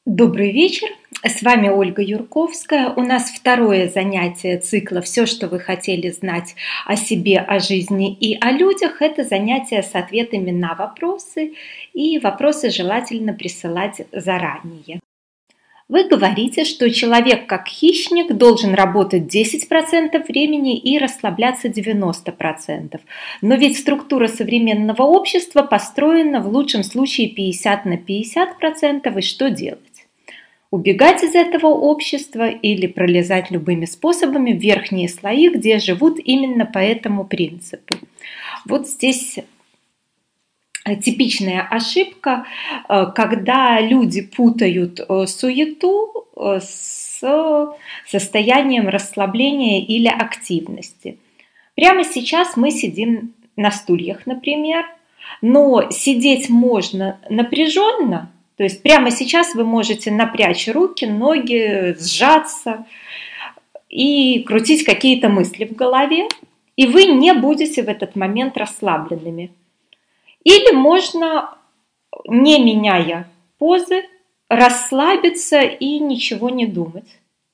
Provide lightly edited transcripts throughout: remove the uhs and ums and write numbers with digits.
Добрый вечер, с вами Ольга Юрковская. У нас второе занятие цикла «Все, что вы хотели знать о себе, о жизни и о людях». Это занятие с ответами на вопросы, и вопросы желательно присылать заранее. Вы говорите, что человек как хищник должен работать 10% времени и расслабляться 90%. Но ведь структура современного общества построена в лучшем случае 50 на 50%, и что делать? Убегать из этого общества или пролезать любыми способами в верхние слои, где живут именно по этому принципу. Вот здесь типичная ошибка, когда люди путают суету с состоянием расслабления или активности. Прямо сейчас мы сидим на стульях, например, но сидеть можно напряженно, то есть прямо сейчас вы можете напрячь руки, ноги, сжаться и крутить какие-то мысли в голове, и вы не будете в этот момент расслабленными. Или можно, не меняя позы, расслабиться и ничего не думать.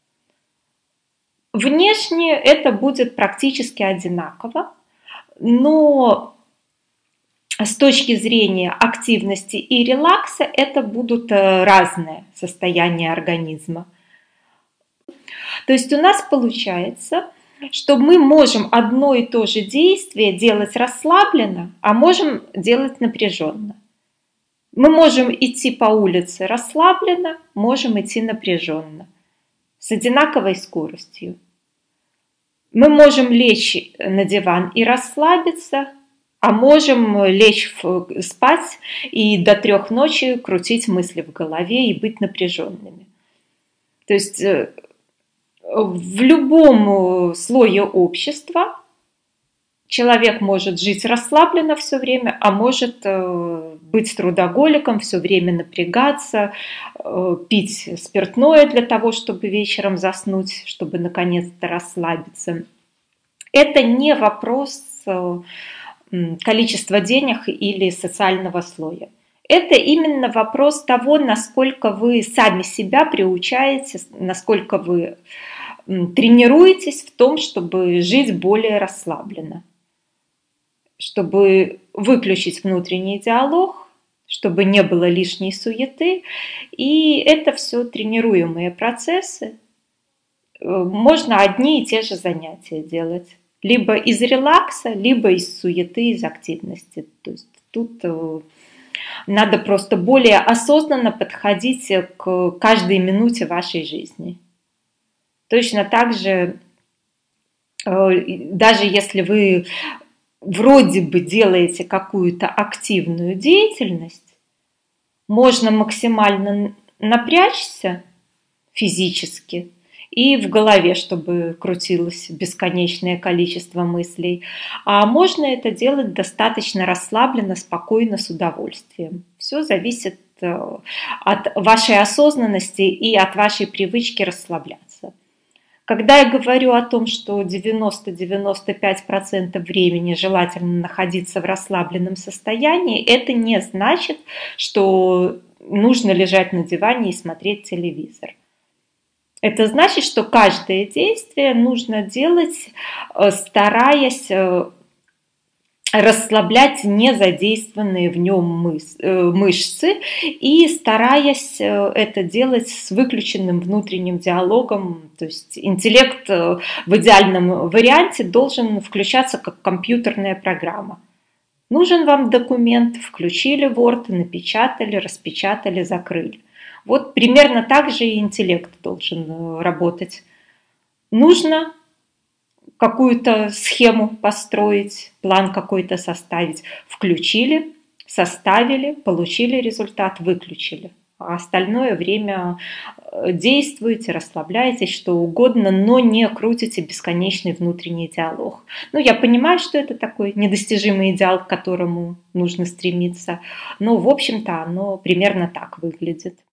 Внешне это будет практически одинаково, но с точки зрения активности и релакса это будут разные состояния организма. То есть у нас получается, что мы можем одно и то же действие делать расслабленно, а можем делать напряженно. Мы можем идти по улице расслабленно, можем идти напряженно, с одинаковой скоростью. Мы можем лечь на диван и расслабиться, а можем лечь спать и до 3 ночи крутить мысли в голове и быть напряженными. То есть в любом слое общества человек может жить расслабленно все время, а может быть трудоголиком, все время напрягаться, пить спиртное для того, чтобы вечером заснуть, чтобы наконец-то расслабиться. Это не вопрос количества денег или социального слоя. Это именно вопрос того, насколько вы сами себя приучаете, насколько вы тренируетесь в том, чтобы жить более расслабленно, чтобы выключить внутренний диалог, чтобы не было лишней суеты. И это все тренируемые процессы. Можно одни и те же занятия делать. Либо из релакса, либо из суеты, из активности. То есть тут надо просто более осознанно подходить к каждой минуте вашей жизни. Точно так же, даже если вы вроде бы делаете какую-то активную деятельность, можно максимально напрячься физически и в голове, чтобы крутилось бесконечное количество мыслей. А можно это делать достаточно расслабленно, спокойно, с удовольствием. Все зависит от вашей осознанности и от вашей привычки расслабляться. Когда я говорю о том, что 90-95% времени желательно находиться в расслабленном состоянии, это не значит, что нужно лежать на диване и смотреть телевизор. Это значит, что каждое действие нужно делать, стараясь расслаблять незадействованные в нем мышцы и стараясь это делать с выключенным внутренним диалогом. То есть интеллект в идеальном варианте должен включаться как компьютерная программа. Нужен вам документ, включили Word, напечатали, распечатали, закрыли. Вот примерно так же и интеллект должен работать. Нужно какую-то схему построить, план какой-то составить. Включили, составили, получили результат, выключили. А остальное время действуйте, расслабляйтесь, что угодно, но не крутите бесконечный внутренний диалог. Ну, я понимаю, что это такой недостижимый идеал, к которому нужно стремиться, но, в общем-то, оно примерно так выглядит.